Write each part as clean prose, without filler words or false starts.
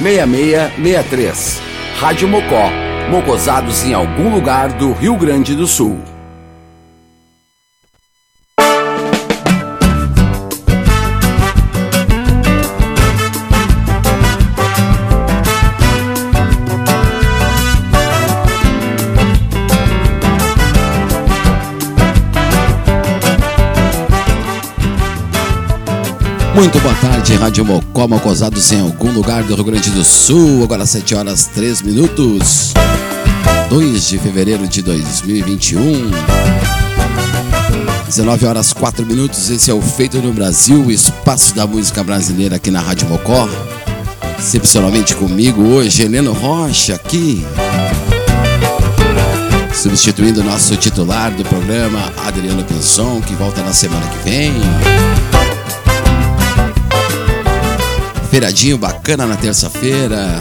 6663. Rádio Mocó, mocosados em algum lugar do Rio Grande do Sul. Muito boa tarde, Rádio Mocó, mocosados em algum lugar do Rio Grande do Sul. Agora 7 horas 3 minutos, 2 de fevereiro de 2021, 19 horas 4 minutos. Esse é o Feito no Brasil, o espaço da música brasileira aqui na Rádio Mocó. Excepcionalmente comigo hoje, Heleno Rocha, aqui substituindo o nosso titular do programa, Adriano Pinson, que volta na semana que vem. Feiradinho bacana na terça-feira.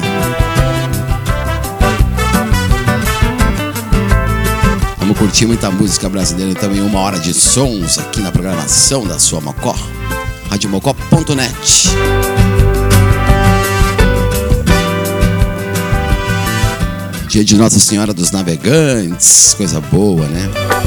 Vamos curtir muita música brasileira então em 1 hora de sons aqui na programação da sua Mocó, radiomocó.net. Dia de Nossa Senhora dos Navegantes, coisa boa, né?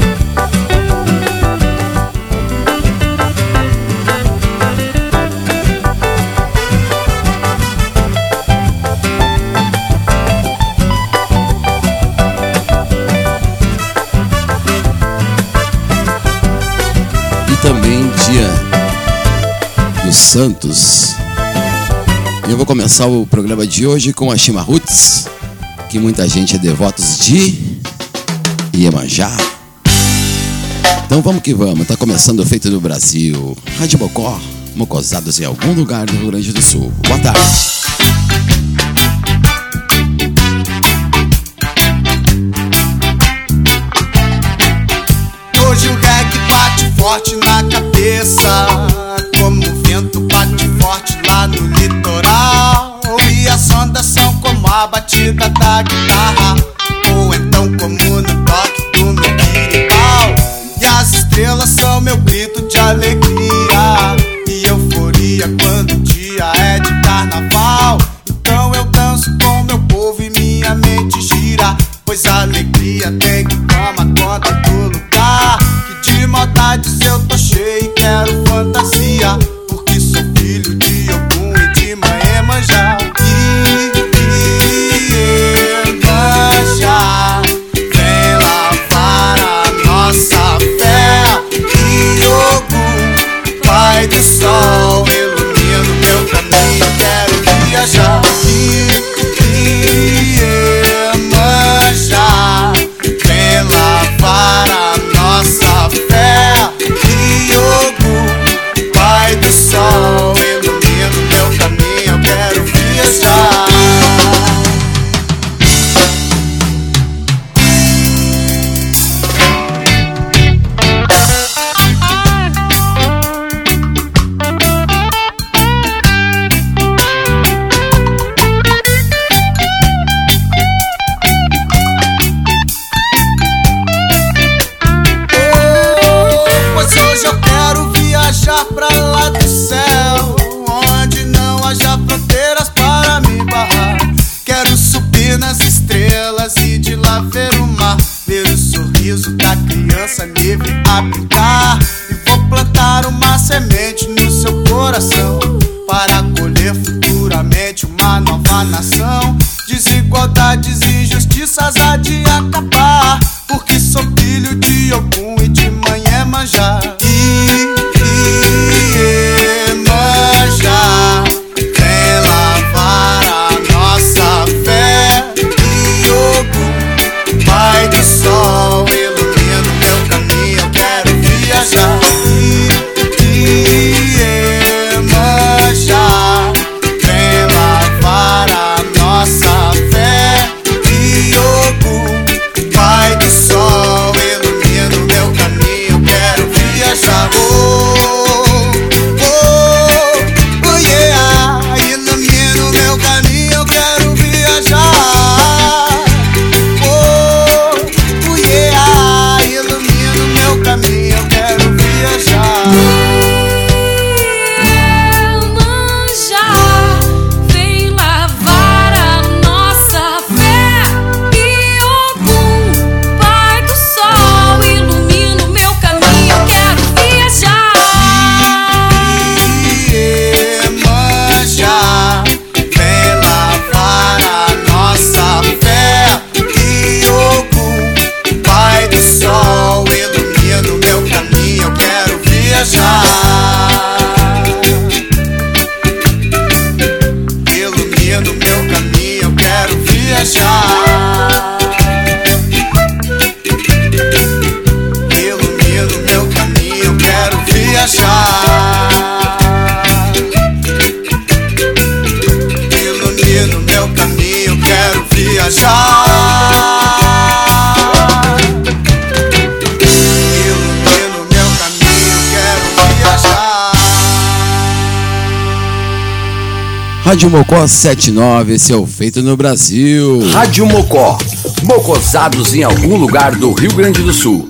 Também dia dos Santos. E eu vou começar o programa de hoje com a Chimarruts, que muita gente é devotos de Iemanjá. Então vamos que vamos, tá começando o Feito no Brasil. Rádio Mocó, mocosados em algum lugar do Rio Grande do Sul. Boa tarde. Hoje o reggae bate forte na cabeça, como o vento bate forte lá no litoral. E as ondas são como a batida da guitarra, ou então como no toque do meu berimbau. E as estrelas são meu grito de alegria e euforia quando o dia é de carnaval. Então eu danço com meu povo e minha mente gira, pois a alegria tem que tomar conta do lugar. Que de maldades eu tô cheio e quero fantasia, porque sou filho de Ogum e de mãe Iemanjá. Iemanjá, vem lavar a nossa fé. E Ogum, Pai do Sol, ilumina o meu caminho, quero viajar. Iemanjá, vem lavar a nossa fé. E Ogum, Pai do Sol, ilumina o meu caminho, eu quero viajar. Pra lá do céu, onde não haja fronteiras para me barrar. Quero subir nas estrelas e de lá ver o mar, ver o sorriso da criança livre a brincar. E vou plantar uma semente no seu coração, para colher futuramente uma nova nação. Desigualdades e injustiças há de acabar, porque sou filho de Ogum e de mãe Iemanjá. Iemanjá, vem lavar a nossa fé. E Ogum, Pai do Sol, ilumina o meu caminho, eu quero viajar. Iemanjá, vem lavar a nossa fé. E Ogum, Pai do Sol, ilumina o meu Ilumina o meu caminho, eu quero viajar. Ilumina o meu caminho, eu quero viajar. Ilumina o meu caminho, eu quero viajar. Ilumina o meu caminho, eu quero viajar. Rádio Mocó 79, esse é o Feito no Brasil. Rádio Mocó, mocosados em algum lugar do Rio Grande do Sul.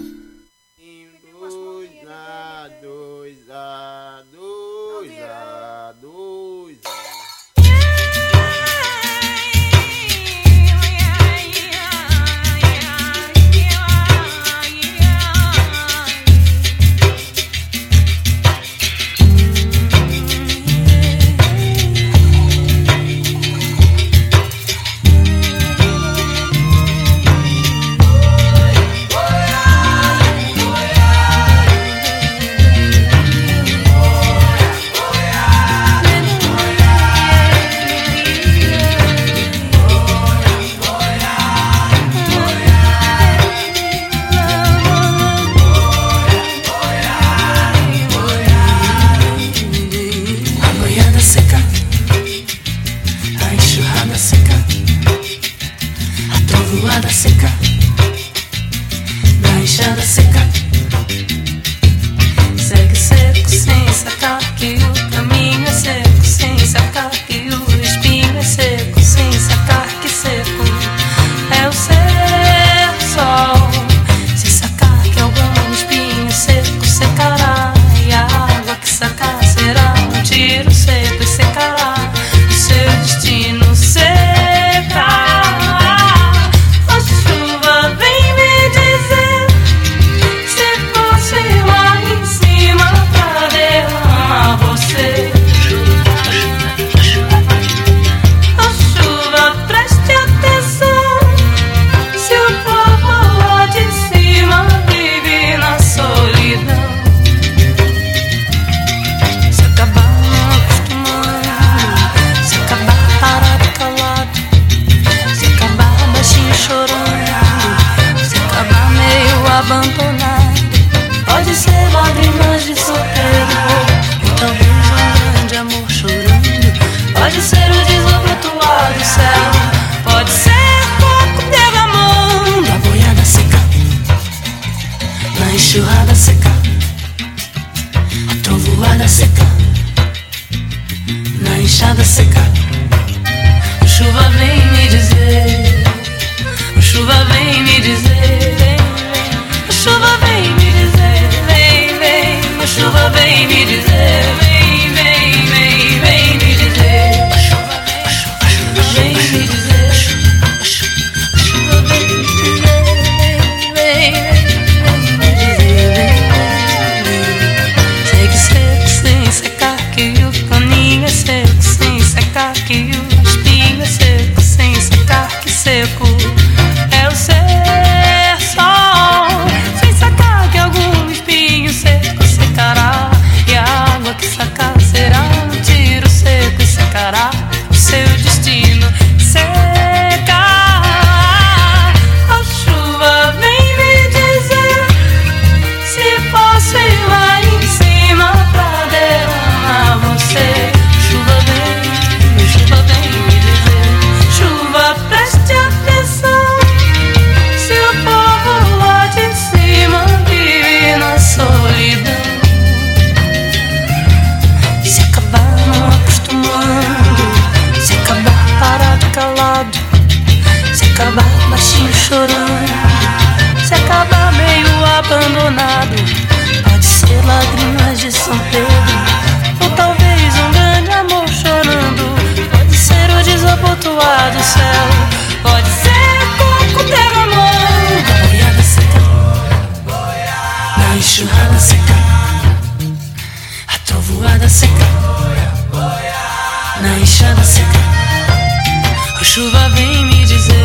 Chuva vem me dizer,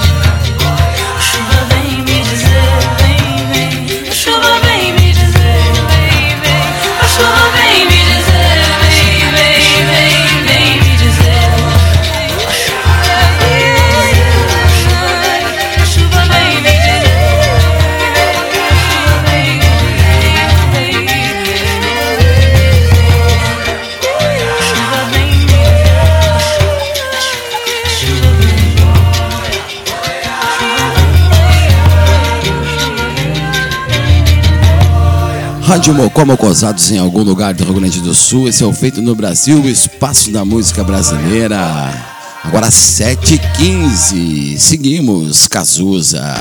chuva vem me dizer, vem, chuva vem me dizer, vem, chuva vem me dizer, vem me dizer, Rádio Mocó, Mocosados em algum lugar do Rio Grande do Sul. Esse é o Feito no Brasil, o espaço da música brasileira. Agora 7h15, seguimos, Cazuza.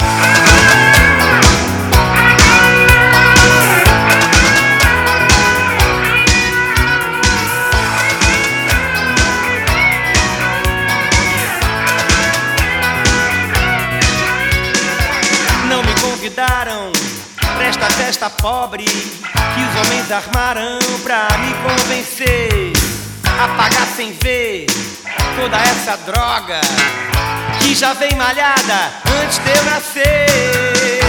Não me convidaram pra esta festa pobre que os homens armaram pra me convencer a pagar sem ver toda essa droga que já vem malhada antes de eu nascer.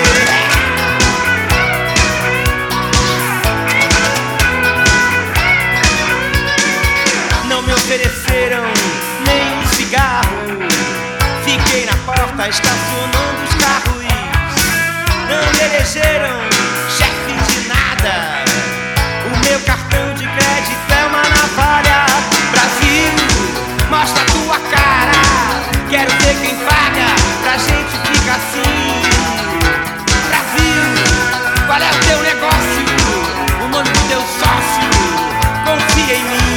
Não me ofereceram nem um cigarro, fiquei na porta estacionando os carros. Não me elegeram chefe de nada, o meu cartão de crédito é uma navalha. Brasil, mostra a tua cara, quero ver quem paga pra gente ficar assim. Brasil, qual é o teu negócio, o nome do teu sócio, confia em mim.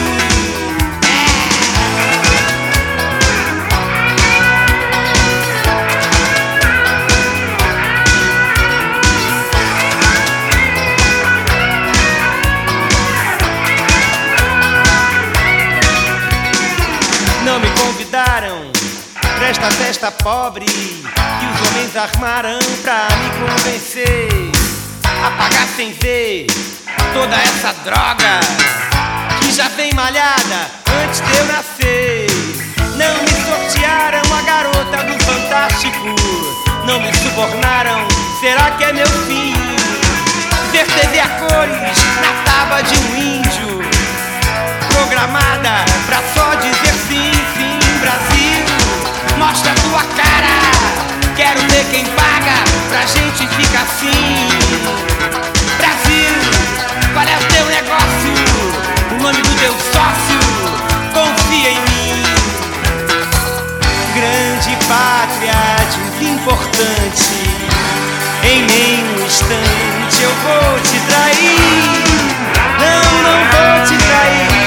Não me convidaram pra esta festa pobre que os homens armaram pra me convencer a pagar sem ver toda essa droga que já vem malhada antes de eu nascer. Não me sortearam a garota do Fantástico, não me subornaram, será que é meu fim? Ver TV a cores na tábua de um índio, programada pra só dizer sim, sim. Brasil, mostra a tua cara, quero ver quem paga pra gente ficar assim. Brasil, qual é o teu negócio, o nome do teu sócio, confia em mim. Grande pátria, desimportante, em nenhum instante eu vou te trair. Não, não vou te trair.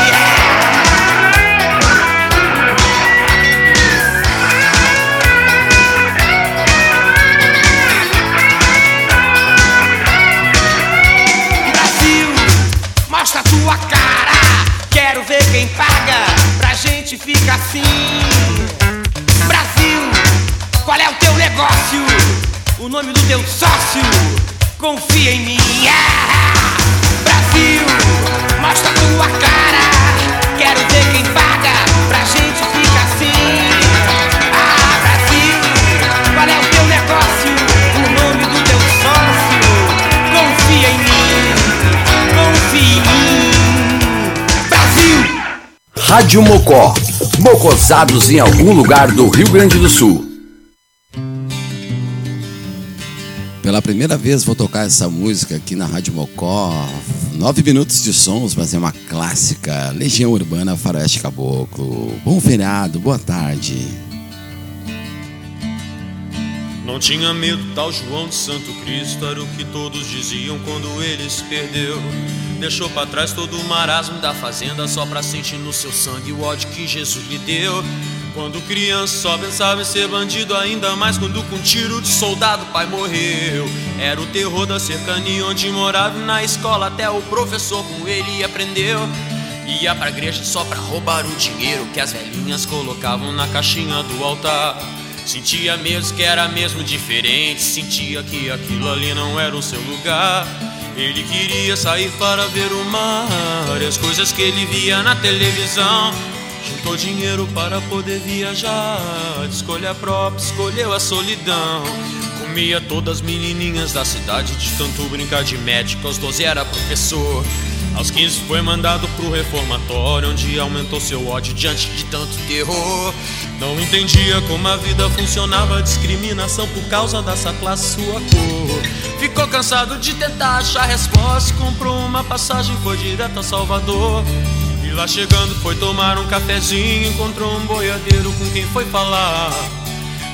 Mostra a tua cara, quero ver quem paga pra gente ficar assim. Brasil, qual é o teu negócio, o nome do teu sócio, confia em mim. Brasil, mostra a tua cara, quero ver quem paga pra gente ficar assim. Brasil, qual é o teu negócio, o nome do teu sócio, confia em mim. Brasil! Rádio Mocó, Mocosados em algum lugar do Rio Grande do Sul. Pela primeira vez vou tocar essa música aqui na Rádio Mocó. 9 minutos de sons, mas é uma clássica. Legião Urbana, Faroeste Caboclo. Bom feriado, boa tarde. Não tinha medo, tal João de Santo Cristo, era o que todos diziam quando ele se perdeu. Deixou pra trás todo o marasmo da fazenda só pra sentir no seu sangue o ódio que Jesus lhe deu. Quando criança só pensava em ser bandido, ainda mais quando com tiro de soldado o pai morreu. Era o terror da cercania onde morava, e na escola até o professor com ele aprendeu. Ia pra igreja só pra roubar o dinheiro que as velhinhas colocavam na caixinha do altar. Sentia mesmo que era mesmo diferente, sentia que aquilo ali não era o seu lugar. Ele queria sair para ver o mar e as coisas que ele via na televisão. Juntou dinheiro para poder viajar, de escolha própria, escolheu a solidão. Comia todas as menininhas da cidade, de tanto brincar de médico, aos 12 era professor. Aos 15 foi mandado pro reformatório, onde aumentou seu ódio diante de tanto terror. Não entendia como a vida funcionava, discriminação por causa dessa classe, sua cor. Ficou cansado de tentar achar resposta, comprou uma passagem, foi direto a Salvador. E lá chegando foi tomar um cafezinho, encontrou um boiadeiro com quem foi falar.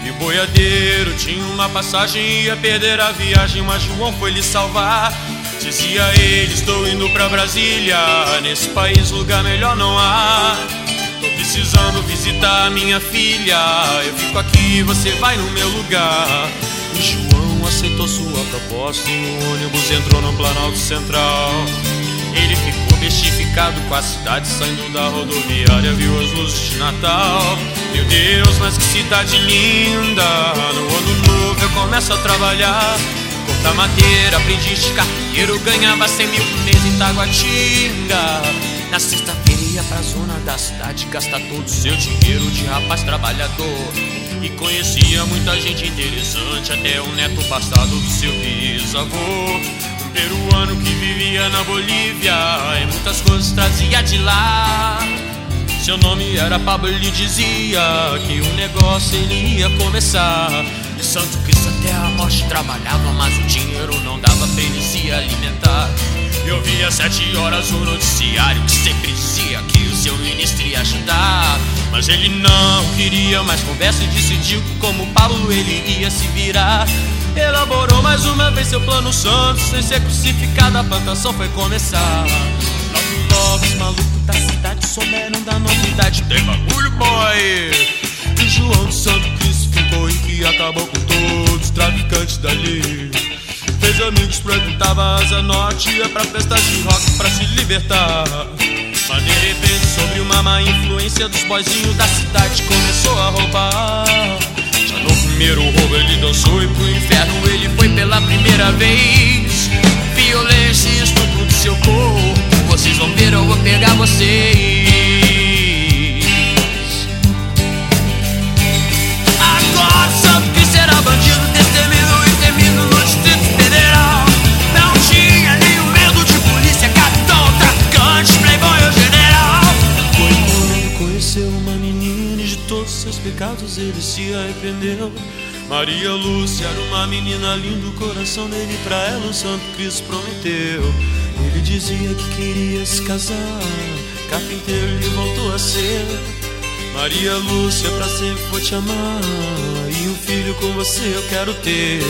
E o boiadeiro tinha uma passagem e ia perder a viagem, mas João foi lhe salvar. Dizia ele, estou indo pra Brasília, nesse país lugar melhor não há. Tô precisando visitar a minha filha, eu fico aqui, você vai no meu lugar. E João aceitou sua proposta e o ônibus entrou no Planalto Central. Ele ficou bestificado com a cidade, saindo da rodoviária, viu as luzes de Natal. Meu Deus, mas que cidade linda! No ano novo eu começo a trabalhar, cortar madeira, aprendiz de carteiro, ganhava 100 mil por mês em Taguatinga. Na sexta-feira ia pra zona da cidade, gastar todo o seu dinheiro de rapaz trabalhador. E conhecia muita gente interessante, até o neto passado do seu bisavô. Peruano que vivia na Bolívia e muitas coisas trazia de lá. Seu nome era Pablo, ele dizia que o negócio ele ia começar. E Santo Cristo até a morte trabalhava, mas o dinheiro não dava pra ele se alimentar. Eu via às 7 horas o noticiário que sempre dizia que o seu ministro ia ajudar. Mas ele não queria mais conversa e decidiu que como Pablo ele ia se virar. Elaborou mais uma vez seu plano santo, sem ser crucificado a plantação foi começar. Logo os malucos da cidade souberam da novidade, tem bagulho boy. E João do Santo Cristo ficou em que acabou com todos os traficantes dali. Fez amigos, frequentava a Asa Norte, ia pra festas de rock pra se libertar. Mas de repente, sobre uma má influência dos boizinhos da cidade, começou a roubar. Já no primeiro roubo ele dançou e pro inferno ele foi pela primeira vez. Violência e estupro do seu corpo, vocês vão ver, eu vou pegar vocês. Agora Santo Cristo era bandido, destemido e temido no Distrito Federal. Não tinha nenhum medo de polícia, capitão, traficante, playboy ou general. Foi quando conheceu uma menina e de todos seus pecados ele se arrependeu. Maria Lúcia era uma menina linda, o coração dele pra ela o Santo Cristo prometeu. Ele dizia que queria se casar, carpinteiro ele voltou a ser. Maria Lúcia, pra sempre vou te amar, e um filho com você eu quero ter.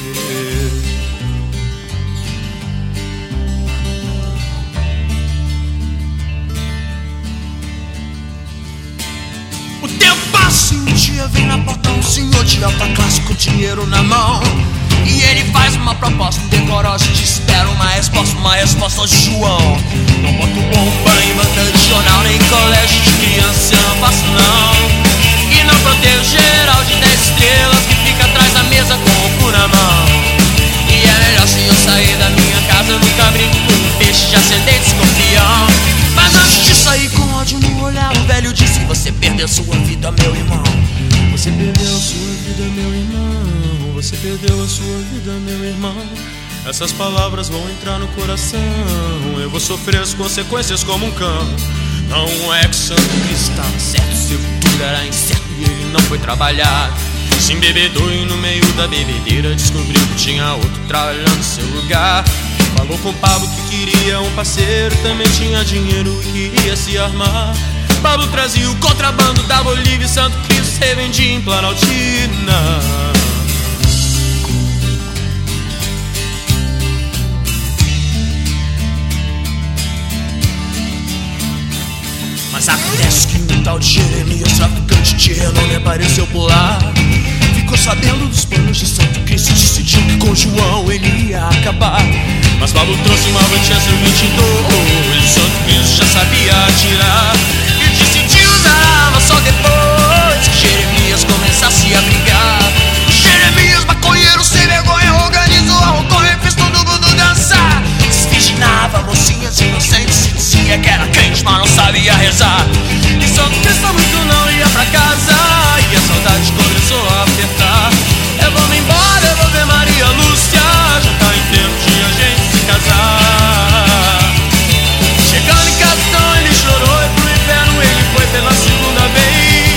O tempo passa e um dia vem na porta um senhor de alta classe com dinheiro na mão. E ele faz uma proposta indecorosa e te espera uma resposta de João. Não boto bomba em banca de jornal, nem colégio de criança eu não faço não. E não protejo geral de 10 estrelas que fica atrás da mesa com o cu na mão. E é melhor se eu sair da minha casa, eu nunca brinco com um peixe de ascendente escorpião. Mas antes de sair com ódio no olhar, o velho disse: você perdeu sua vida, meu irmão. Você perdeu a sua vida, meu irmão. Você perdeu a sua vida, meu irmão. Essas palavras vão entrar no coração. Eu vou sofrer as consequências como um cão. Não é que Santo Cristo estava certo, seu futuro era incerto e ele não foi trabalhar. Se embebedou e no meio da bebedeira descobriu que tinha outro trabalhando no seu lugar. Falou com Pablo que queria um parceiro, também tinha dinheiro e queria se armar. Pablo trazia o contrabando da Bolívia e Santo Cristo revendia em Planaltina. Mas acontece que um tal de Jeremias, traficante de renome, apareceu por lá. Ficou sabendo dos planos de Santo Cristo e decidiu que com João ele ia acabar. Mas Pablo trouxe uma Winchester 22 e Santo Cristo já sabia atirar. E decidiu usar a arma só depois que Jeremias começasse a brigar. Jeremias, maconheiro sem vergonha, organizou a roconha e fez todo mundo dançar. Desvirginava mocinhas inocentes e dizia que era crente, mas não sabia rezar. E Santo Cristo muito não ia pra casa e a saudade começou a apertar. Eu vou me embora, eu vou ver Maria Lúcia, já tá em tempo de a gente se casar. Chegando em casa então ele chorou e pro inferno ele foi pela segunda vez.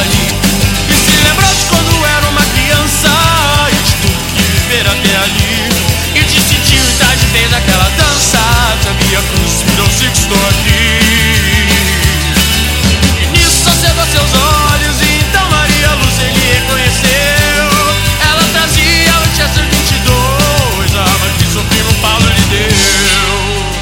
ali. E se lembrou de quando era uma criança e de tudo que viver até ali. E de sentir o idade desde aquela dança. Sabia cruz virou Six Degrees. E nisso acendeu seus olhos e então Maria Luz ele reconheceu. Ela trazia o Chester 22, a arma que seu primo Paulo lhe deu.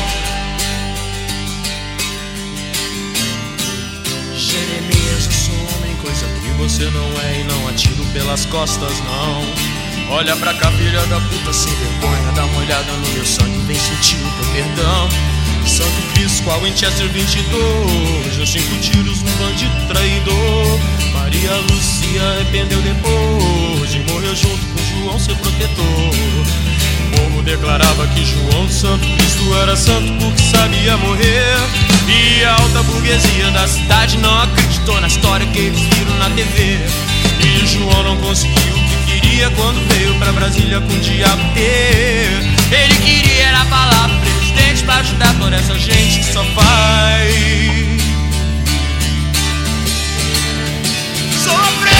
Jeremias, eu sou homem, coisa que você não é, e não atiro pelas costas, não. Olha pra cá, filha da puta, sem vergonha, dá uma olhada no meu sangue, vem sentir o teu perdão. Santo Cristo, qual Winchester 22, deu 5 tiros num bandido traidor. Maria Lúcia arrependeu depois e morreu junto com João, seu protetor. O povo declarava que João Santo Cristo era santo porque sabia morrer. E a alta burguesia da cidade não acreditou na história que eles viram na TV. E João não conseguiu o que queria quando veio pra Brasília com o diabo ter. Ele queria era falar pro presidente pra ajudar toda essa gente que só faz sofrer.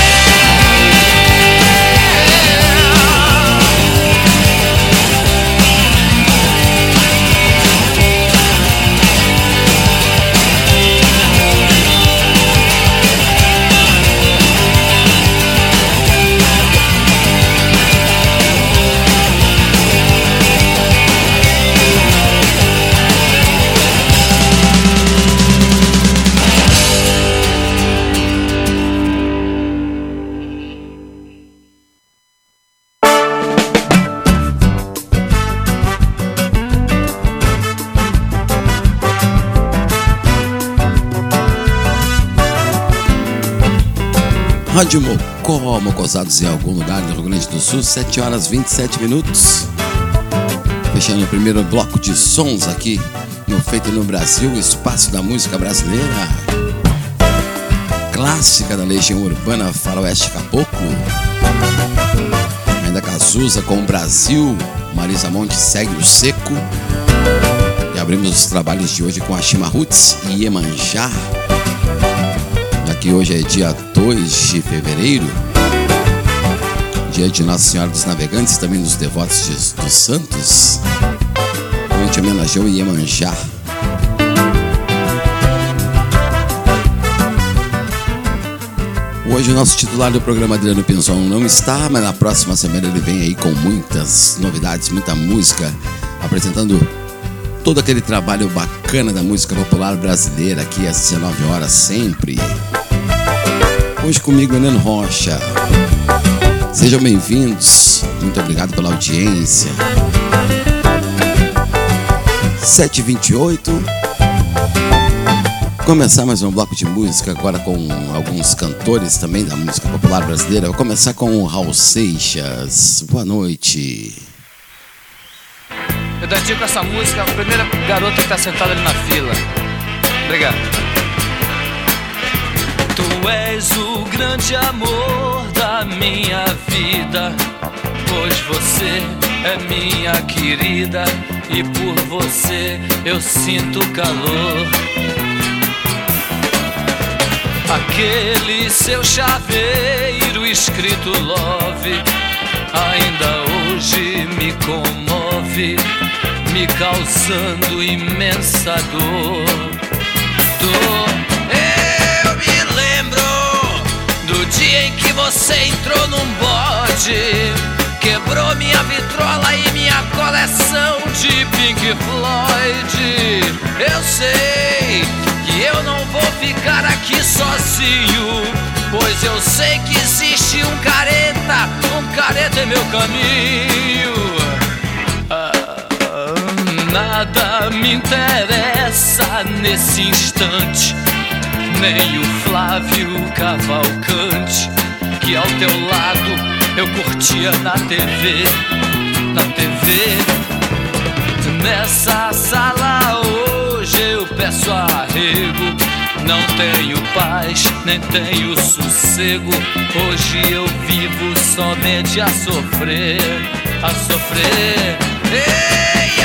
Rádio Mocó, Mocosados em algum lugar no Rio Grande do Sul, 7 horas 27 minutos. Fechando o primeiro bloco de sons aqui no Feito no Brasil, Espaço da Música Brasileira. Clássica da Legião Urbana, Faroeste Caboclo. Ainda Cazuza com o Brasil, Marisa Monte segue o seco. E abrimos os trabalhos de hoje com a Chima Roots e Iemanjá. Que hoje é dia 2 de fevereiro, dia de Nossa Senhora dos Navegantes, também dos devotos dos santos. A gente homenageou Iemanjá. Hoje o nosso titular do programa, Adriano Pinzon, não está, mas na próxima semana ele vem aí com muitas novidades, muita música, apresentando todo aquele trabalho bacana da música popular brasileira aqui às 19 horas sempre. Hoje comigo, Heleno Rocha. Sejam bem-vindos. Muito obrigado pela audiência. 7h28. Começar mais um bloco de música agora com alguns cantores também da música popular brasileira. Vou começar com o Raul Seixas. Boa noite. Eu dedico essa música à primeira garota que está sentada ali na fila. Obrigado. Tu és o grande amor da minha vida, pois você é minha querida e por você eu sinto calor. Aquele seu chaveiro escrito love ainda hoje me comove, me causando imensa dor. Eu me lembro do dia em que você entrou num bode, quebrou minha vitrola e minha coleção de Pink Floyd. Eu sei que eu não vou ficar aqui sozinho, pois eu sei que existe um careta em meu caminho. Nada me interessa nesse instante, nem o Flávio Cavalcante, que ao teu lado eu curtia na TV. Nessa sala hoje eu peço arrego, não tenho paz, nem tenho sossego. Hoje eu vivo somente a sofrer. E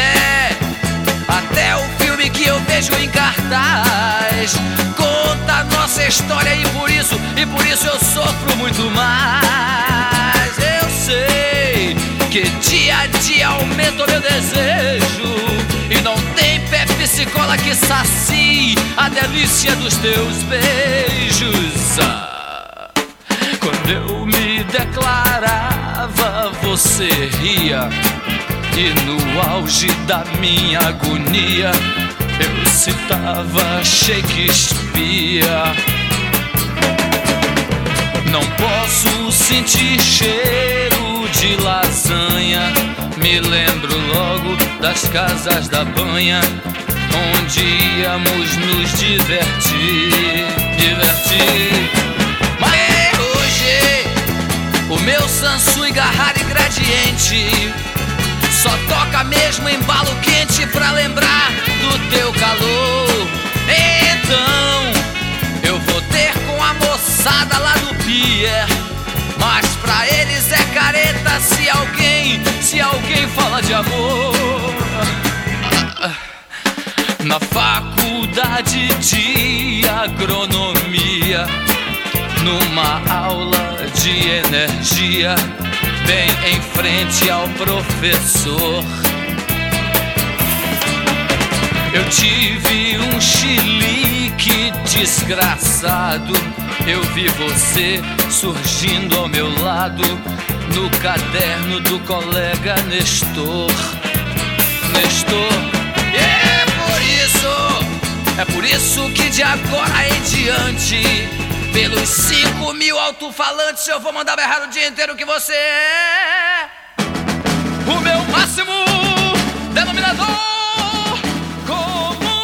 até o filme que eu vejo em cartaz conta a nossa história, e isso eu sofro muito mais. Eu sei que dia a dia aumenta o meu desejo, e não tem Pepsi-Cola que sacie a delícia dos teus beijos. Quando eu me declarava, você ria, e no auge da minha agonia eu citava Shakespeare. Não posso sentir cheiro de lasanha, me lembro logo das casas da banha, onde íamos nos divertir. Mas hoje o meu Sansui Garrara e Gradiente só toca mesmo embalo quente pra lembrar do teu calor. Então eu vou ter com a moçada lá do pier, mas pra eles é careta se alguém fala de amor. Na faculdade de agronomia, numa aula de energia, bem em frente ao professor, eu tive um chilique desgraçado. Eu vi você surgindo ao meu lado no caderno do colega Nestor. É por isso que de agora em diante, pelos 5.000 alto-falantes, eu vou mandar berrar o dia inteiro que você é o meu máximo denominador comum.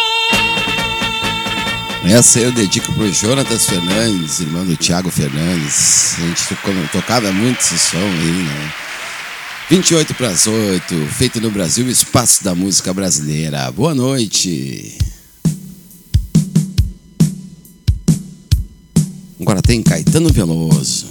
Essa eu dedico pro Jonatas Fernandes, irmão do Thiago Fernandes. A gente tocava muito esse som aí, né? 28 para as 8, feito no Brasil, Espaço da Música Brasileira. Boa noite. Agora tem Caetano Veloso.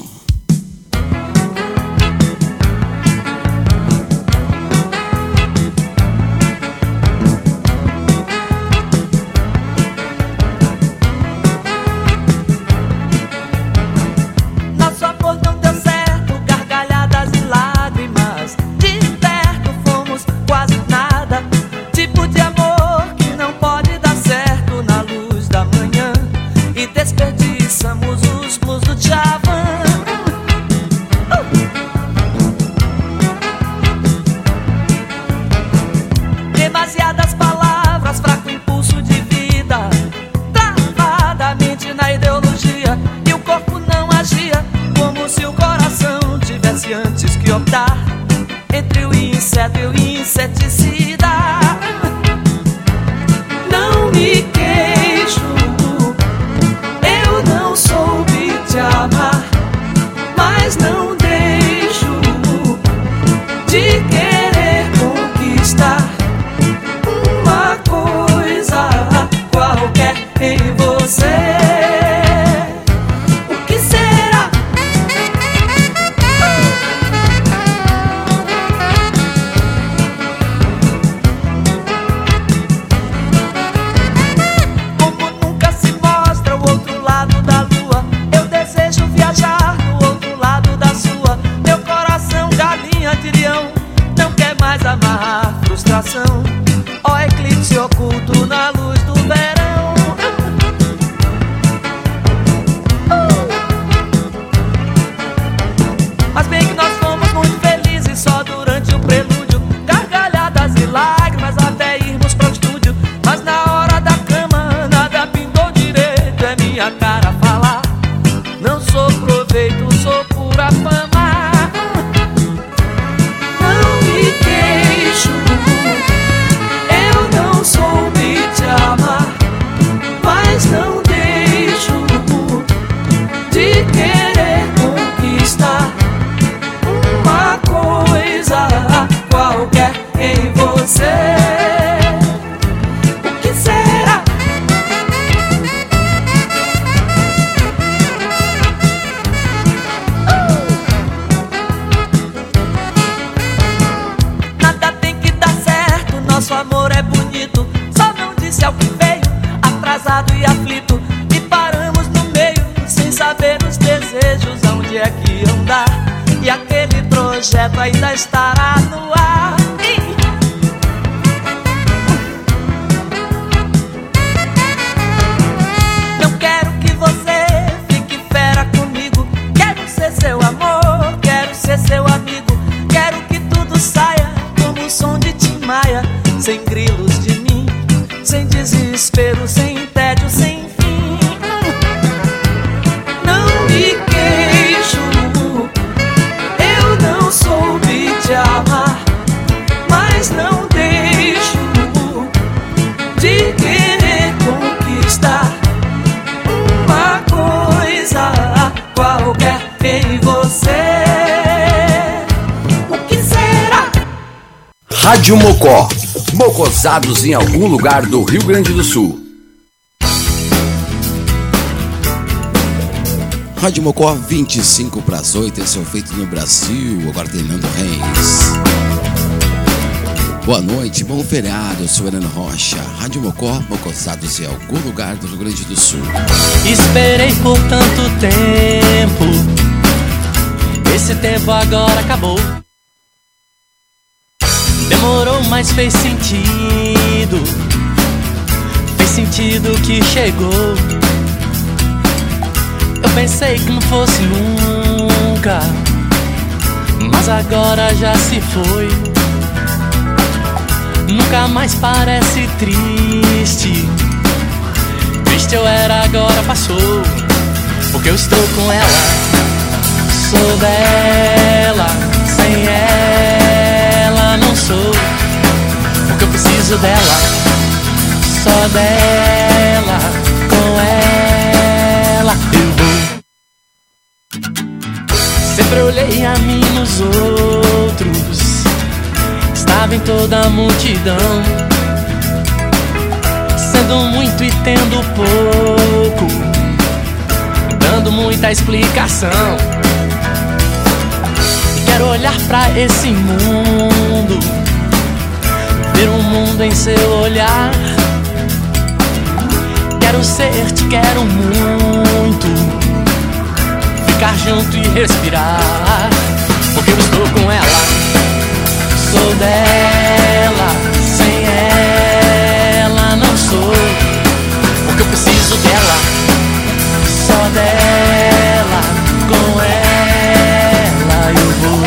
Nosso amor não deu certo, gargalhadas e lágrimas. De perto fomos quase nada. Tipo de amor que não pode dar certo na luz da manhã. E desperdiçamos os blues do Djavan. Demasiadas palavras, fraco impulso de vida, travadamente na ideologia. E o corpo não agia, como se o coração tivesse antes que optar entre o inseto e o inseticida. Não me queixo, eu não soube te amar, mas não deixo de querer conquistar uma coisa qualquer em você. O que será? Como nunca se mostra o outro lado da lua, eu desejo viajar no outro lado da sua. Meu coração, galinha de leão, não quer mais amarrar frustração. Ó eclipse oculto na luz do verão. Mas bem que nós fomos muito felizes só durante o prelúdio, gargalhadas e lágrimas até irmos pro estúdio. Mas na hora da cama nada pintou direito, é minha cara falar. Não sou proveito, sou pura fama. Não me queixo, eu não soube te amar, mas não deixo de querer conquistar uma coisa qualquer em você. O que será? onde é que iam dar, e aquele projeto ainda estará no ar. Não quero que você fique fera comigo, quero ser seu amor, quero ser seu amigo, quero que tudo saia como o som de Tim Maia, sem grilos de mim, sem desespero, sem tédio, sem fim. Não me queixo, eu não soube te amar, mas não deixo de querer conquistar uma coisa qualquer em você. O que será? Rádio Mocó. Mocosados em algum lugar do Rio Grande do Sul. Rádio Mocó, 25 para as 8, esse é o Feito no Brasil, agora tem Nando Reis. Boa noite, bom feriado, eu sou Heleno Rocha. Rádio Mocó, Mocosados em algum lugar do Rio Grande do Sul. Esperei por tanto tempo, esse tempo agora acabou. Demorou, mas fez sentido que chegou. Eu pensei que não fosse nunca, mas agora já se foi. Nunca mais parece triste, triste eu era, agora passou. Porque eu estou com ela, sou dela, sem ela não sou. Porque eu preciso dela, só dela, com ela eu vou. Sempre olhei a mim nos outros, estava em toda a multidão, sendo muito e tendo pouco, dando muita explicação. Quero olhar pra esse mundo, ver um mundo em seu olhar. Quero ser, te quero muito, ficar junto e respirar. Porque eu estou com ela, sou dela, sem ela não sou. Porque eu preciso dela, só dela, com ela eu vou.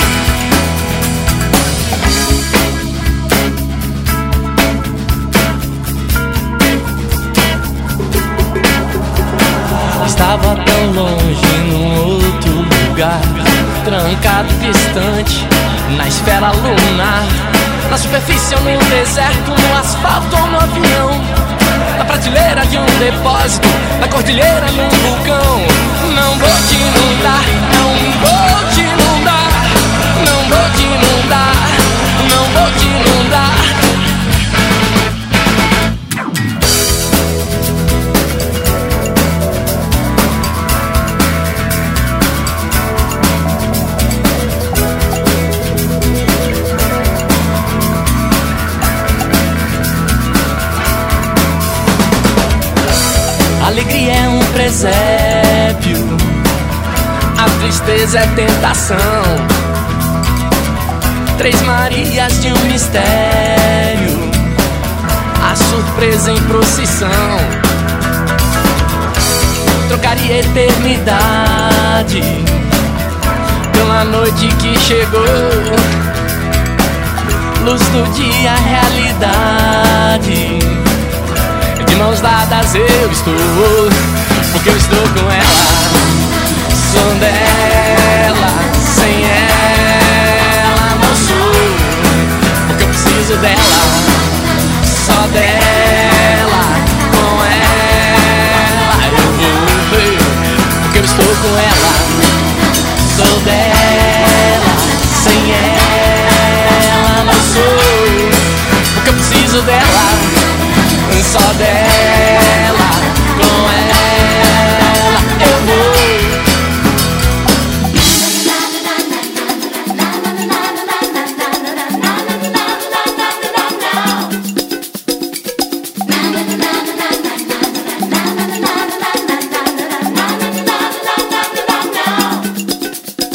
Estava tão longe num outro lugar, trancado, distante, na esfera lunar, na superfície ou no deserto, no asfalto ou no avião, na prateleira de um depósito, na cordilheira num vulcão. Não vou te inundar, não vou te inundar, não vou te inundar, não vou te inundar. Alegria é um presépio, a tristeza é tentação. Três Marias de um mistério, a surpresa em procissão. Trocaria eternidade pela noite que chegou, luz do dia, realidade. De mãos dadas eu estou, porque eu estou com ela, sou dela, sem ela não sou. Porque eu preciso dela, só dela, com ela eu vou. Porque eu estou com ela, sou dela, sem ela não sou. Porque eu preciso dela, só dela, com ela eu vou.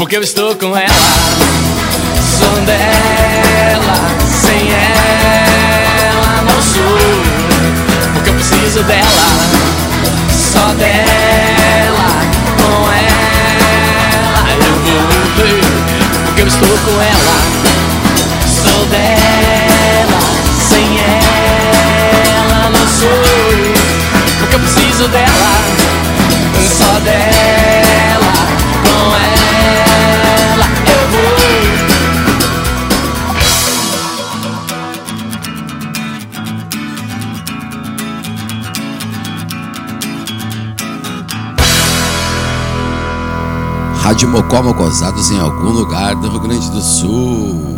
porque eu estou com ela. Sou dela, sem ela não sou, porque eu preciso dela. Só dela, com ela eu vou, porque eu estou com ela. Sou dela, sem ela não sou, porque eu preciso dela. Só dela, com ela eu vou. Rádio Mocó, Mocosados em algum lugar do Rio Grande do Sul.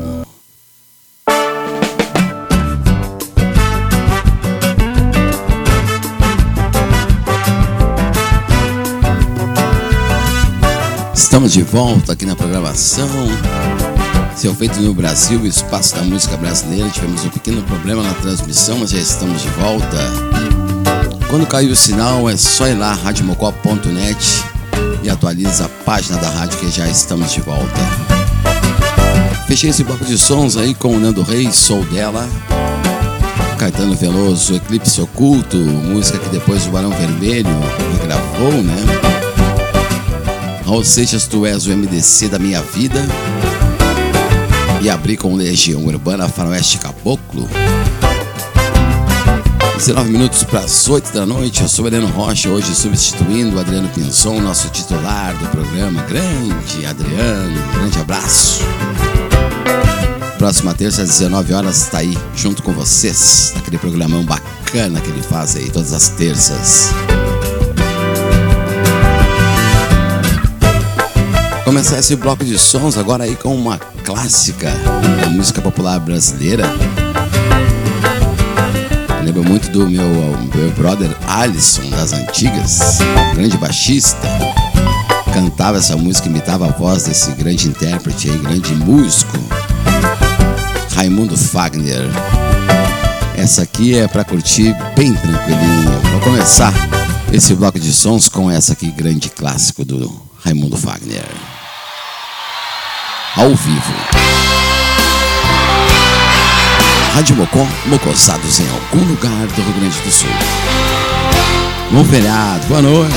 Estamos de volta aqui na programação. Seu feito no Brasil, o espaço da música brasileira. Tivemos um pequeno problema na transmissão, mas já estamos de volta. Quando cair o sinal, é só ir lá, radiomocó.net, e atualiza a página da rádio que já estamos de volta. Fechei esse bloco de sons aí com o Nando Reis, Sou Dela, Caetano Veloso, Eclipse Oculto, música que depois o Barão Vermelho regravou, né? Raul Seixas, Tu És o MDC da Minha Vida, e abri com Legião Urbana, Faroeste Caboclo. 19 minutos para as 8 da noite, eu sou Heleno Rocha, hoje substituindo o Adriano Pinson, nosso titular do programa. Grande Adriano, um grande abraço. Próxima terça às 19 horas está aí, junto com vocês, naquele programão bacana que ele faz aí todas as terças. Começar esse bloco de sons agora aí com uma clássica da música popular brasileira. Lembro muito do meu brother Alisson das antigas, grande baixista. Cantava essa música, imitava a voz desse grande intérprete aí, grande músico, Raimundo Fagner. Essa aqui é pra curtir bem tranquilinho. Vou começar esse bloco de sons com essa aqui, grande clássico do Raimundo Fagner, ao vivo. Rádio Mocó, Mocosados em algum lugar do Rio Grande do Sul. Bom feriado, boa noite.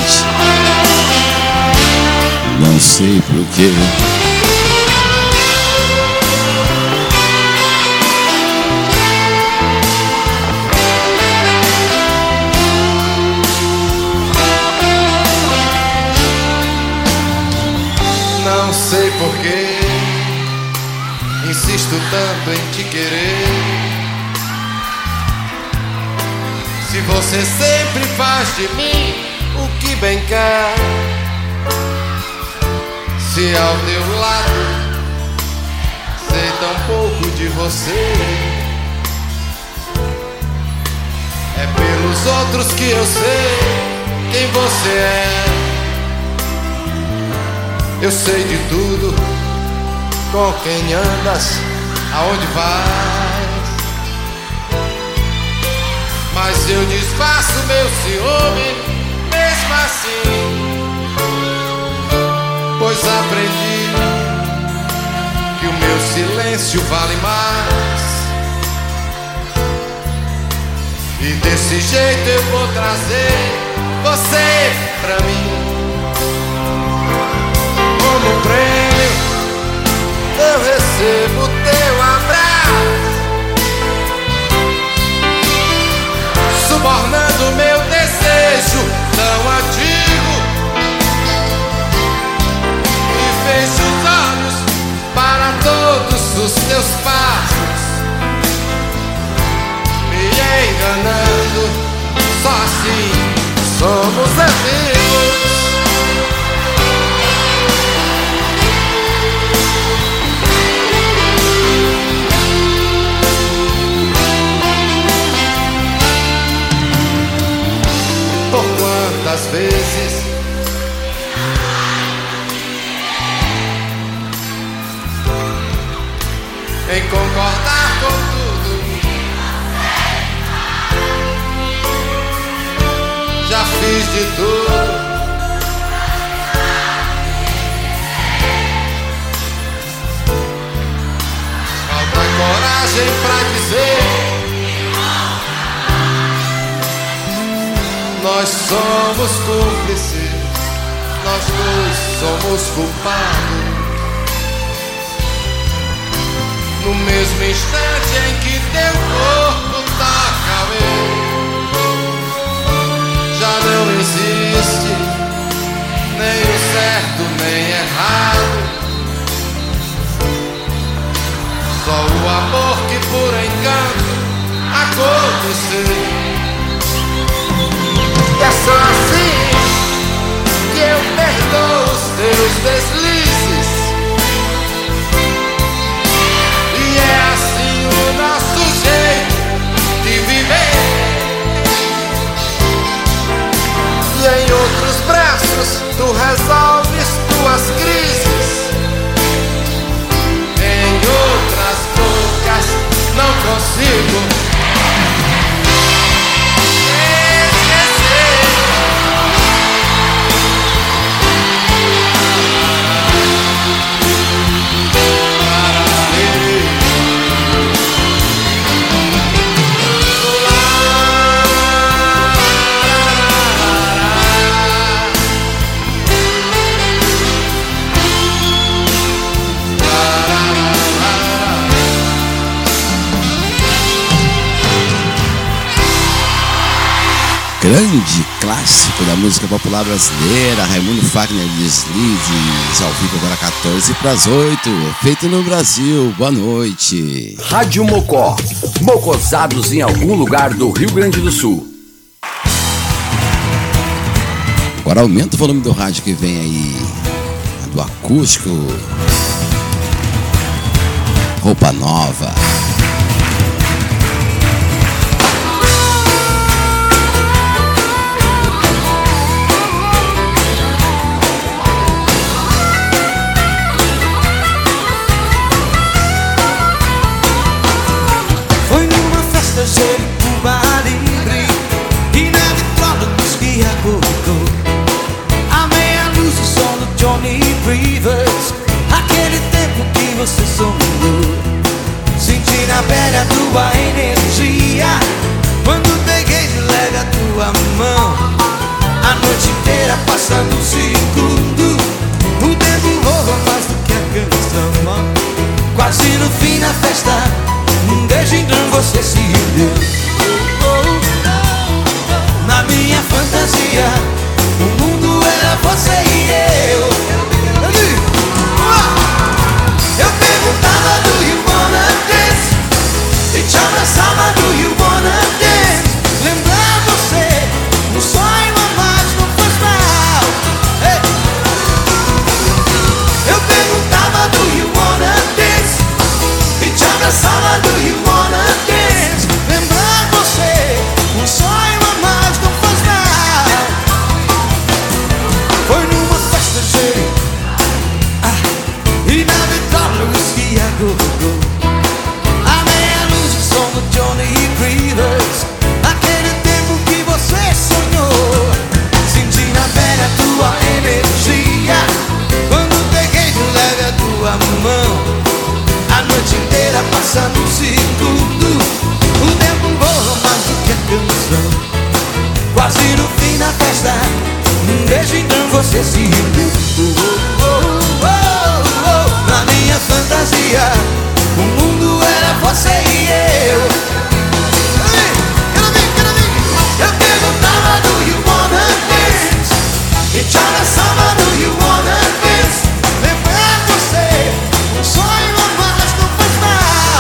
Não sei porquê. Não sei porquê, insisto tanto em te querer. Se você sempre faz de mim o que bem quer, se ao teu lado sei tão pouco de você, é pelos outros que eu sei quem você é. Eu sei de tudo, com quem andas, aonde vais, mas eu disfarço meu ciúme mesmo assim, pois aprendi que o meu silêncio vale mais, e desse jeito eu vou trazer você pra mim. Como prêmio eu recebo teu abraço, subornando meu desejo tão antigo, e fecho os olhos para todos os teus passos, me enganando, só assim somos amigos. Quantas vezes em concordar com tudo, já fiz de tudo nós somos cúmplices, nós dois somos culpados. No mesmo instante em que teu corpo toca o meu, já não existe nem o certo nem errado, só o amor que por encanto aconteceu. E é só assim que eu perdoo os teus deslizes, e é assim o nosso jeito de viver. E em outros braços tu resolves tuas crises, em outras bocas não consigo grande clássico da música popular brasileira, Raimundo Fagner de Deslizes, ao vivo agora 14 para as 8, feito no Brasil. Boa noite. Rádio Mocó, mocosados em algum lugar do Rio Grande do Sul. Agora aumenta o volume do rádio que vem aí, do acústico, roupa nova. Cuba Libre e na vitrola whisky a coco. A meia luz o som do Johnny Rivers, aquele tempo que você sonhou. Senti na pele a tua energia quando peguei de leve a tua mão. A noite inteira passando um segundo, o tempo voa mais do que a canção. Quase no fim da festa, desde então você se deu. Na minha fantasia, o mundo era você e eu. Eu perguntava, do you wanna dance? E te abraçava, do you wanna dance? Lembrar você, um sonho a mais não faz mal. Eu perguntava, do you wanna dance? E te abraçava, do you wanna dance? Lembrar você, um sonho a mais não faz mal. Foi numa festa cheia, e na vitrola whisky a go-go. A meia luz o som do Johnny Rivers, aquele tempo que você sonhou. Senti na pele a tua energia quando peguei de leve a tua mão. A noite inteira passando um segundo, o tempo voa mais do que a canção. Quase no fim da festa, desde então você se rendeu. Na minha fantasia, o mundo era você e eu. Eu perguntava, do you wanna dance? E te abraçava, do you wanna dance? Lembrar você, um sonho a mais não faz mal.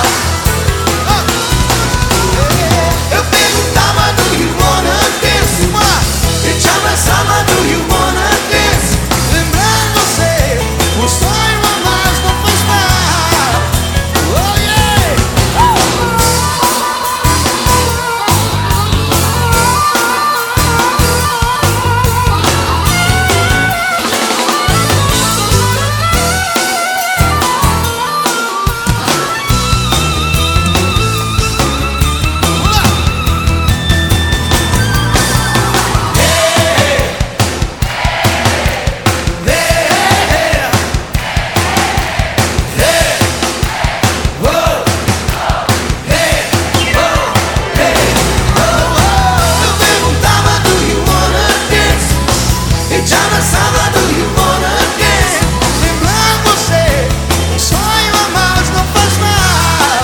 Eu perguntava, do you wanna dance? E te abraçava, do you wanna dance? Lembrar você, um sonho a mais não faz mal. Oh yeah! sábado you wanna dance. Lembrar você, um sonho a mais não faz mal.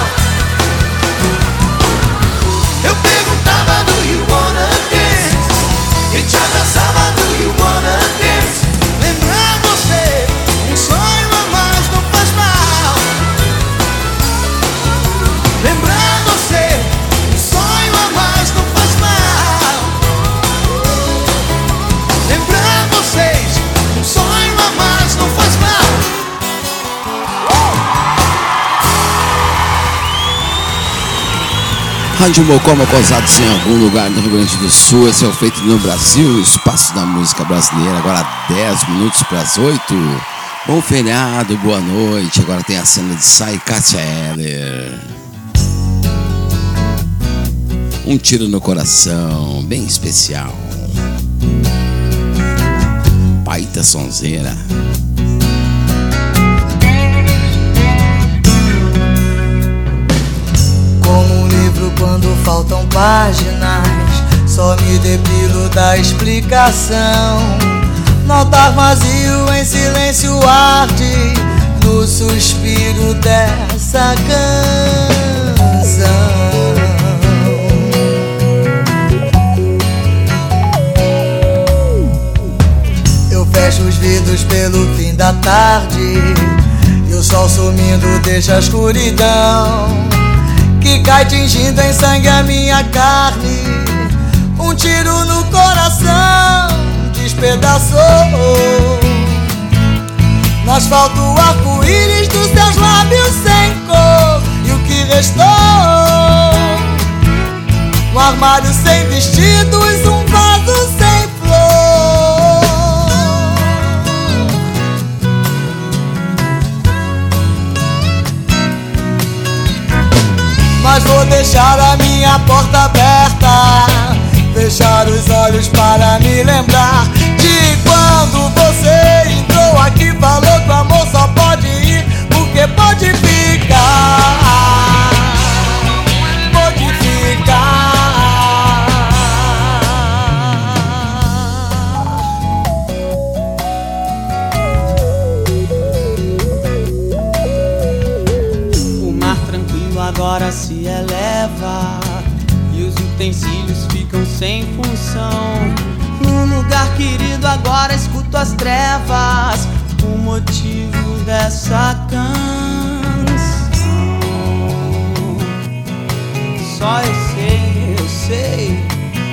Eu perguntava do you wanna dance, e te abraçava do you wanna dance. Lembrar você, um sonho a mais não faz mal. Lembrar você, um sonho a mais não faz mal. Lembrar vocês, um sonho a mais não faz mal. Rádio Mocó, Mocosados em algum lugar do Rio Grande do Sul. Esse é o Feito no Brasil, espaço da música brasileira. Agora 10 minutos para as 8. Bom feriado, boa noite. Agora tem a cena de Sai Cássia Eller. Um tiro no coração, bem especial. Paita Sonzeira. Como um livro quando faltam páginas, só me depilo da explicação. Notar vazio em silêncio arde no suspiro dessa canção. Eu fecho os vidros pelo fim da tarde e o sol sumindo deixa a escuridão que cai tingindo em sangue a minha carne. Um tiro no coração despedaçou no asfalto o arco-íris dos teus lábios sem cor. E o que restou? Um armário sem vestidos, um vaso sem flor. Mas vou deixar a minha porta aberta, fechar os olhos para me lembrar de quando você entrou aqui, falou que o amor só pode ir, porque pode ficar, pode ficar. O mar tranquilo agora se eleva e os utensílios ficam sem função. Num lugar querido agora escuto as trevas, o motivo dessa canção. Só eu sei.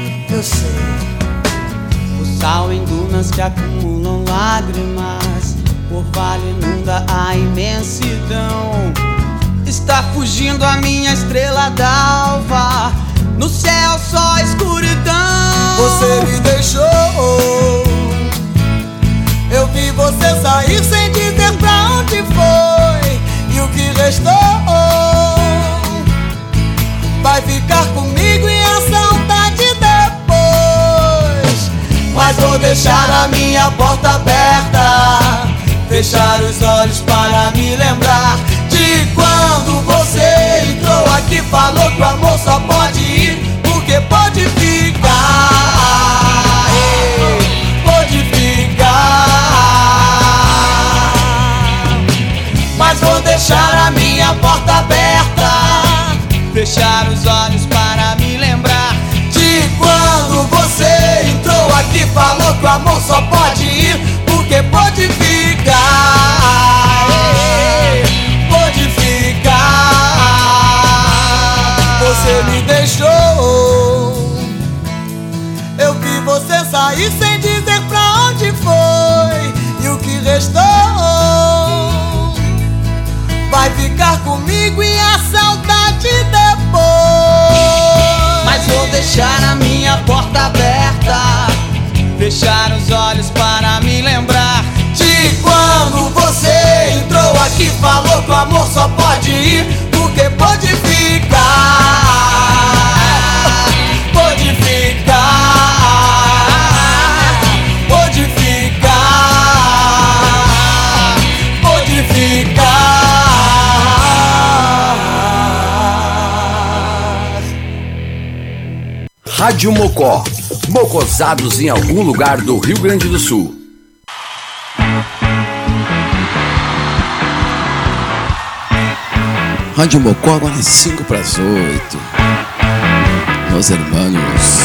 O sal em dunas que acumulam lágrimas, por vale inunda a imensidão. Está fugindo a minha estrela d'alva, no céu só escuridão. Você me deixou, eu vi você sair sem dizer pra onde foi. E o que restou vai ficar comigo e a saudade depois. Mas vou deixar a minha porta aberta, fechar os olhos para me lembrar de quando você entrou aqui, falou que o amor só pode ir, porque pode ficar, pode ficar. Mas vou deixar a minha porta aberta, fechar os olhos para me lembrar de quando você entrou aqui, falou que o amor só pode ir, porque pode ficar, pode ficar. Você me deixou, eu vi você sair sem dizer pra onde foi. E o que restou vai ficar comigo e a saudade depois. Mas vou deixar a minha porta aberta, fechar os olhos para me lembrar de quando você entrou aqui, falou que o amor só pode ir, porque pode ficar, pode ficar, pode ficar, pode ficar. Rádio Mocó. Mocosados em algum lugar do Rio Grande do Sul. Rádio Mocó agora 5 para as 8. Meus irmãos.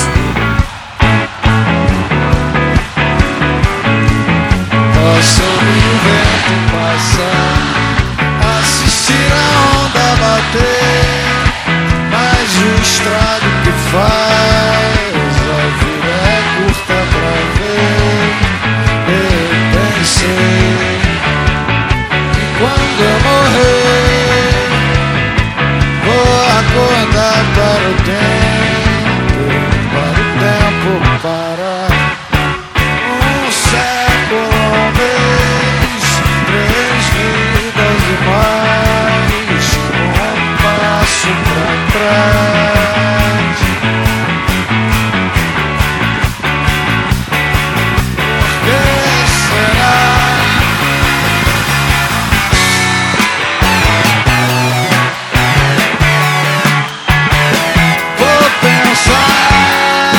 Sobre o vento passar, assistir a onda bater, mas o estrago que faz, a vida é curta pra ver. Eu pensei que quando eu morrer, vou acordar para o tempo parar. Um século, mais um passo pra trás. Por que será? Vou pensar.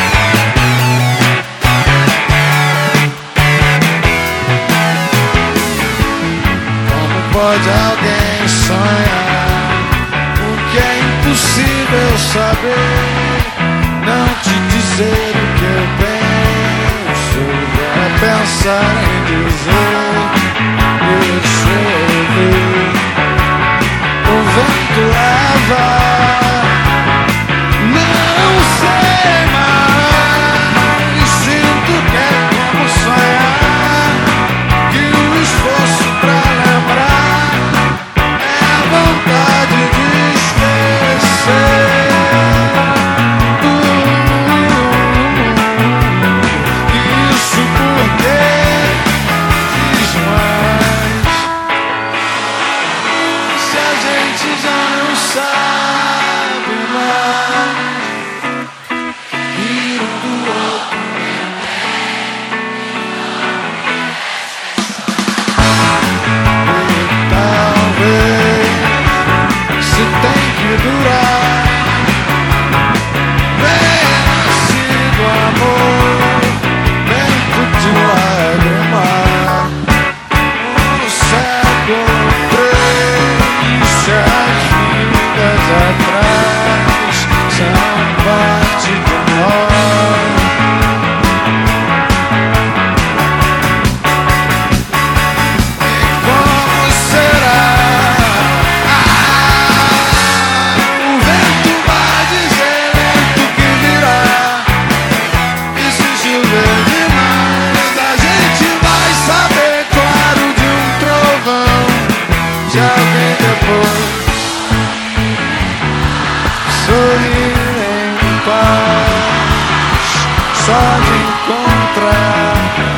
Pode alguém sonhar o que é impossível saber? Não te dizer o que eu penso, é pensar em dizer. Deixa eu ouvir o vento leva. Não sei mais, sinto que é como sonhar, que o esforço pra lembrar vontade de esquecer. Isso porque diz mais. Se a gente já não sabe mais ir um do outro. E talvez se tem que durar, vence do amor, vento de lágrimas. Um século 3, se as vidas atrás são parte de nós. Como será? Sorrir em paz, só de encontrar.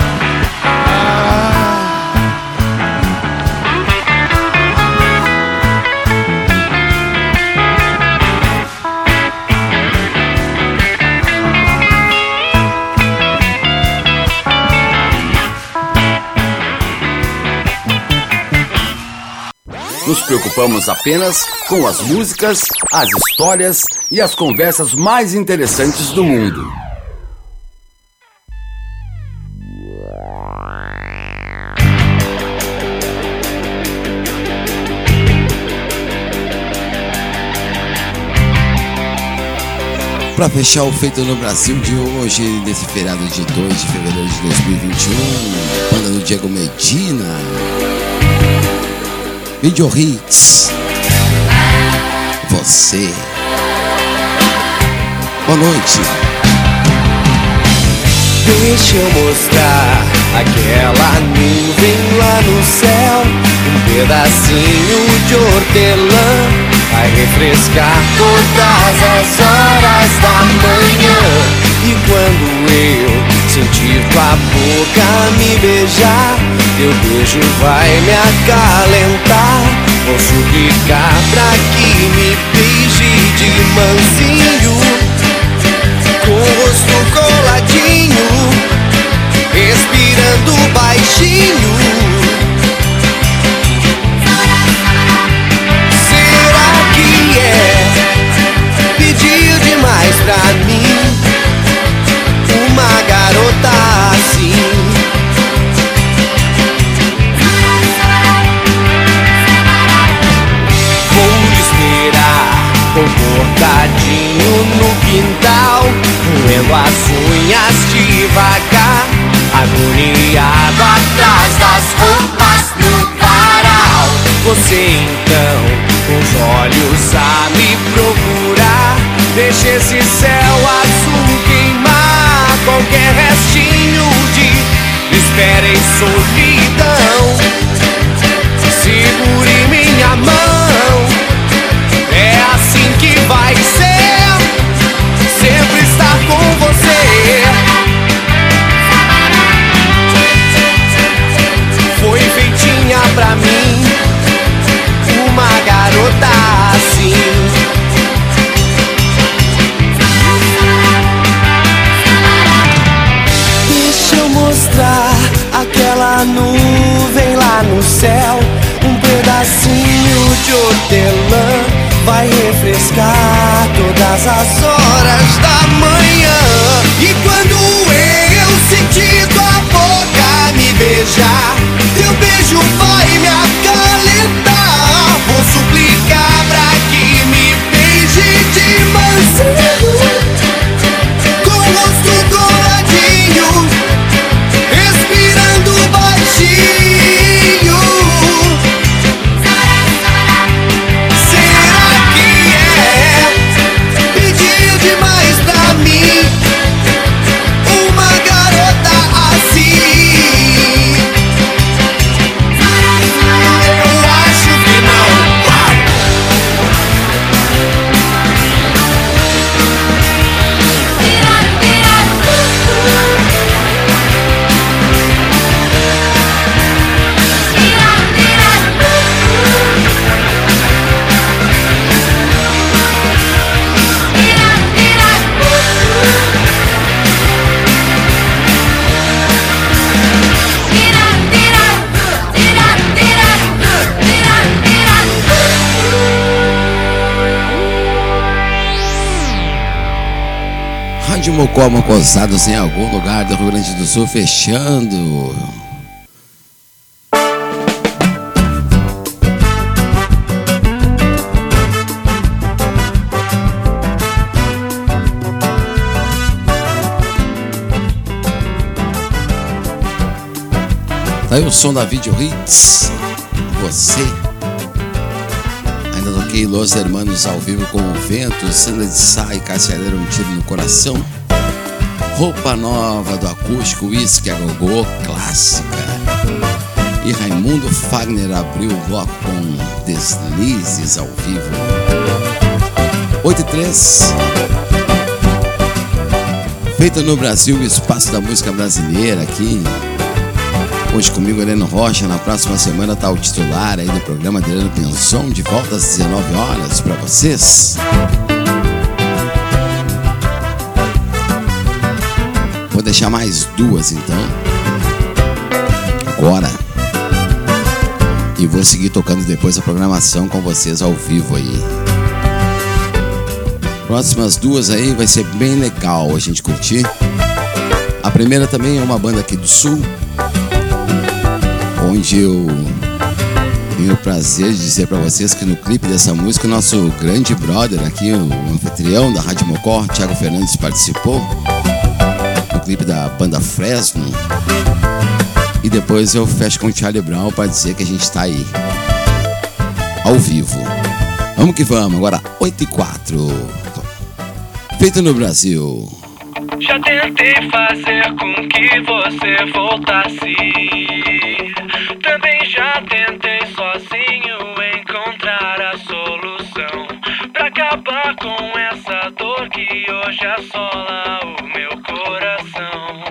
Nos preocupamos apenas com as músicas, as histórias e as conversas mais interessantes do mundo. Para fechar o Feito no Brasil de hoje, nesse feriado de 2 de fevereiro de 2021, banda do Diego Medina, Video Hits, Você. Boa noite. Deixa eu mostrar aquela nuvem lá no céu, um pedacinho de hortelã vai refrescar todas as horas da manhã. E quando eu sentir tua boca me beijar, teu beijo vai me acalentar. Vou suplicar pra que me beije de mansinho, com o rosto coladinho, respirando baixinho. Será que é pedir demais pra mim, uma garota assim? Vou roendo as unhas devagar, agoniado atrás das roupas no varal. Você então, com os olhos a me procurar, deixa esse céu azul queimar qualquer restinho de espera e solidão. Segure minha mão, é assim que vai ser, sempre estar com você. Foi feitinha pra mim, uma garota assim. Deixa eu mostrar aquela nuvem lá no céu, um pedacinho de hortelã vai refrescar todas as horas da manhã. E quando eu sentir tua boca me beijar, teu beijo vai me acalentar. Vou suplicar pra que me beije de mansinho, com o rosto douradinho, respirando baixinho. Rádio Mocó, Mocosados em algum lugar do Rio Grande do Sul, fechando. Tá aí o som da Video Hits. Você. Ainda toquei Los Hermanos ao vivo com o Vento, Sandra de Sá e Cassianeira, um tiro no coração. Roupa Nova do Acústico, Whisky a Gogô, clássica. E Raimundo Fagner abriu o bloco com Deslizes ao vivo. 8:03. Feita no Brasil, o espaço da música brasileira aqui. Hoje comigo, Heleno Rocha. Na próxima semana tá o titular aí do programa, Adriano Penzon, de volta às 19 horas para vocês. Vou deixar mais duas então agora, e vou seguir tocando depois a programação com vocês ao vivo aí. Próximas duas aí vai ser bem legal a gente curtir. A primeira também é uma banda aqui do Sul, onde eu tenho o prazer de dizer para vocês que no clipe dessa música o nosso grande brother aqui, o anfitrião da Rádio Mocó, Thiago Fernandes, participou no clipe da banda Fresno. E depois eu fecho com o Charlie Brown para dizer que a gente está aí ao vivo. Vamos que vamos, agora 8:04. Feito no Brasil. Já tentei fazer com que você voltasse, também já tentei sozinho encontrar a solução pra acabar com essa dor que hoje assola o meu coração.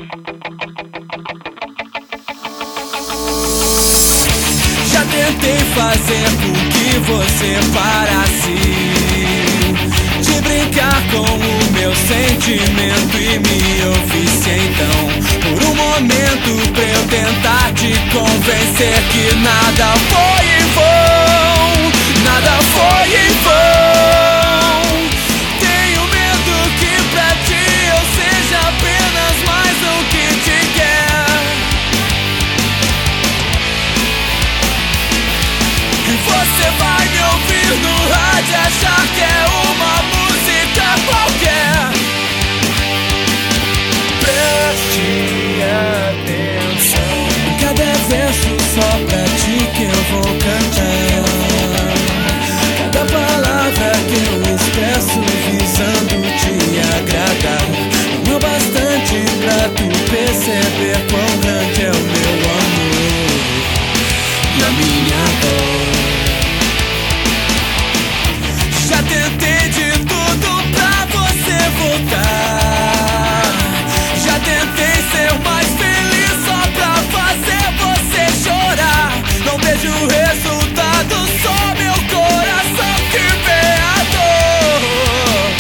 Já tentei fazer com que você parasse de brincar com o meu sentimento e me ouvisse então por um momento, pra eu tentar te convencer que nada foi em vão, nada foi em vão. Tenho medo que pra ti eu seja apenas mais um que te quer, e você vai me ouvir no rádio, achar que é uma música qualquer. preste atenção. Cada verso só pra ti que eu vou cantar. Cada palavra que eu expresso visando te agradar. Não é bastante pra tu perceber quão grande é o meu amor e a minha dor. Já tentei de tudo pra você voltar. Já tentei ser mais feliz só pra fazer você chorar. Não vejo resultado, só meu coração que vê a dor.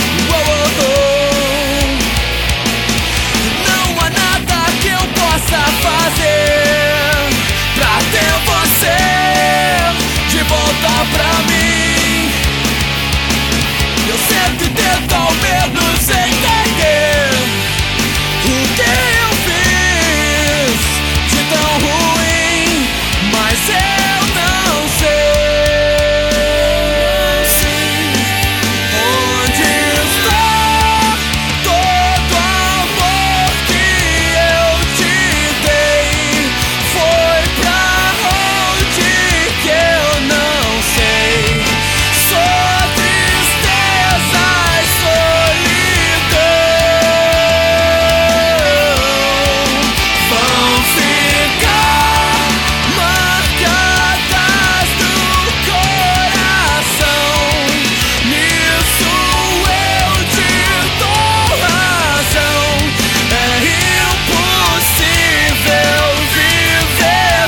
Não há nada que eu possa fazer pra ter você de volta pra mim. Eu sempre tento ao menos entender o que eu fiz de tão ruim, mas eu não sei onde está todo amor que eu te dei. Foi pra onde que eu não sei. Só tristeza e solidão vão ficar marcadas no coração. Nisso eu te dou razão. É impossível viver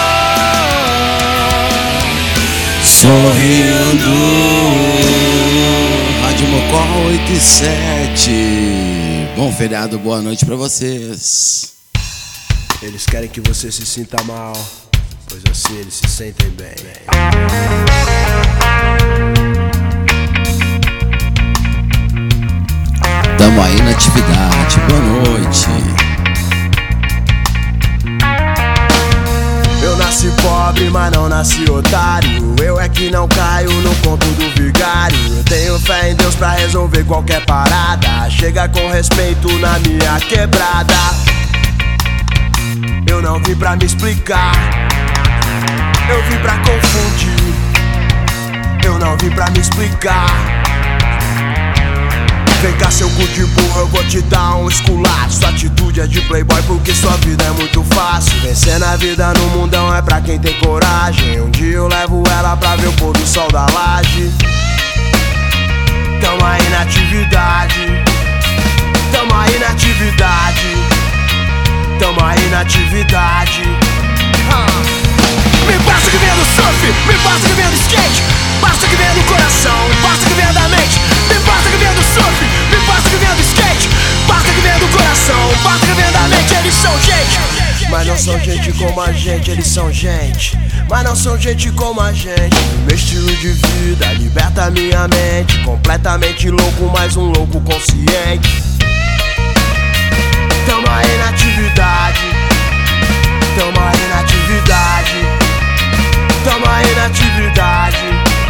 só Sorrindo. Rádio Mocó 8 e 7. Bom feriado, boa noite pra vocês. Eles querem que você se sinta mal, pois assim eles se sentem bem. Tamo aí na atividade, boa noite. Eu nasci pobre, mas não nasci otário. Eu é que não caio no conto do vigário. Eu tenho fé em Deus pra resolver qualquer parada. Chega com respeito na minha quebrada. Eu não vim pra me explicar, eu vim pra confundir. Eu não vim pra me explicar. Vem cá, seu cu de burro, eu vou te dar um esculacho. Sua atitude é de playboy porque sua vida é muito fácil. Vencer na vida no mundão é pra quem tem coragem. Um dia eu levo ela pra ver o pôr do sol da laje. Tamo aí na atividade. Tamo aí na atividade. Tamo aí na atividade. Me basta que vem do surf, me basta que vem do skate. Basta que vem do coração, basta que vem da mente. Me basta que vem do surf, me basta que vem do skate. Basta que vem do coração, basta que vem da mente. Eles são gente, mas não são gente como a gente. Eles são gente, mas não são gente como a gente. Meu estilo de vida liberta minha mente. Completamente louco, mas um louco consciente. Tamo aí na atividade. Tamo aí na atividade. Tamo aí na atividade.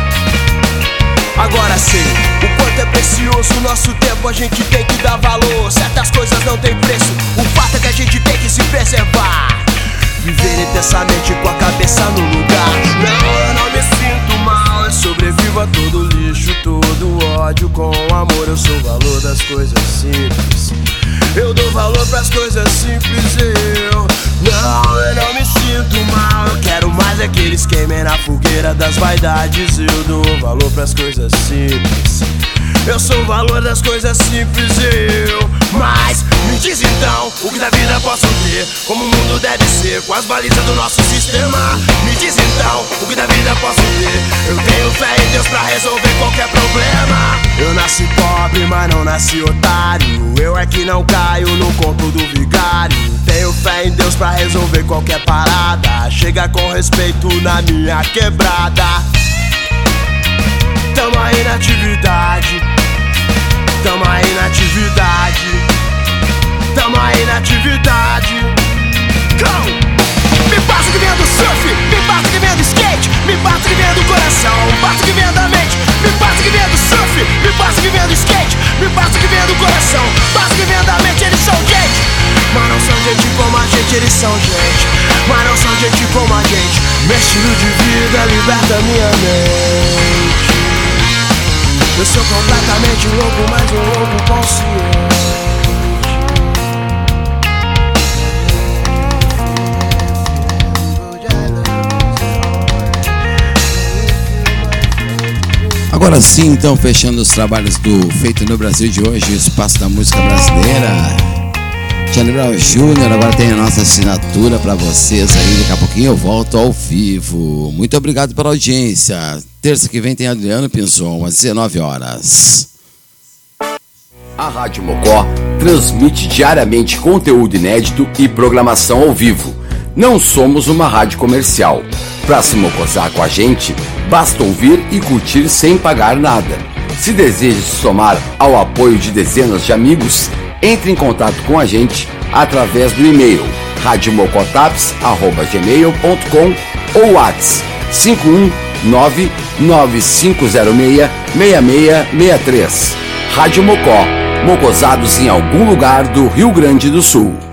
Agora sei o quanto é precioso o nosso tempo, a gente tem que dar valor. Certas coisas não tem preço, o fato é que a gente tem que se preservar. Viver intensamente com a cabeça no lugar. Não, eu não me sinto mal, eu sobrevivo a todo lixo, todo ódio com amor. Eu sou o valor das coisas simples. Eu dou valor pras coisas simples, eu não me sinto mal. Eu quero mais é que eles queimem na fogueira das vaidades. Eu dou valor pras coisas simples. Eu sou o valor das coisas simples, eu. Mas me diz então, o que da vida posso ter, como o mundo deve ser, com as balizas do nosso sistema. Me diz então, o que da vida posso ter. Eu tenho fé em Deus pra resolver qualquer problema. Eu nasci pobre, mas não nasci otário. Eu é que não caio no conto do vigário. Tenho fé em Deus pra resolver qualquer parada. Chega com respeito na minha quebrada. Tamo aí na atividade. Tamo aí na atividade. Tamo aí na atividade. Go! Me basta que vem do surf, me basta que vem do skate. Me basta que vem do coração, basta que vem da mente. Me basta que vem do surf, me basta que vem do skate. Me basta que vem do coração, basta que vem da mente. Eles são gente, Realmente eles são gente, mas não são gente como a gente. Meu estilo de vida liberta minha mente. Eu sou completamente louco, mas um louco consciente. Agora sim, então, fechando os trabalhos do Feito no Brasil de hoje, o Espaço da Música Brasileira. Charlie Brown Jr. agora tem a nossa assinatura para vocês aí. Daqui a pouquinho eu volto ao vivo. Muito obrigado pela audiência. Terça que vem tem Adriano Pinzon, às 19 horas. A Rádio Mocó transmite diariamente conteúdo inédito e programação ao vivo. Não somos uma rádio comercial. Para se mocosar com a gente, basta ouvir e curtir sem pagar nada. Se deseja se somar ao apoio de dezenas de amigos, entre em contato com a gente através do e-mail radiomocotaps@gmail.com ou WhatsApp 51995066663. Rádio Mocó, mocosados em algum lugar do Rio Grande do Sul.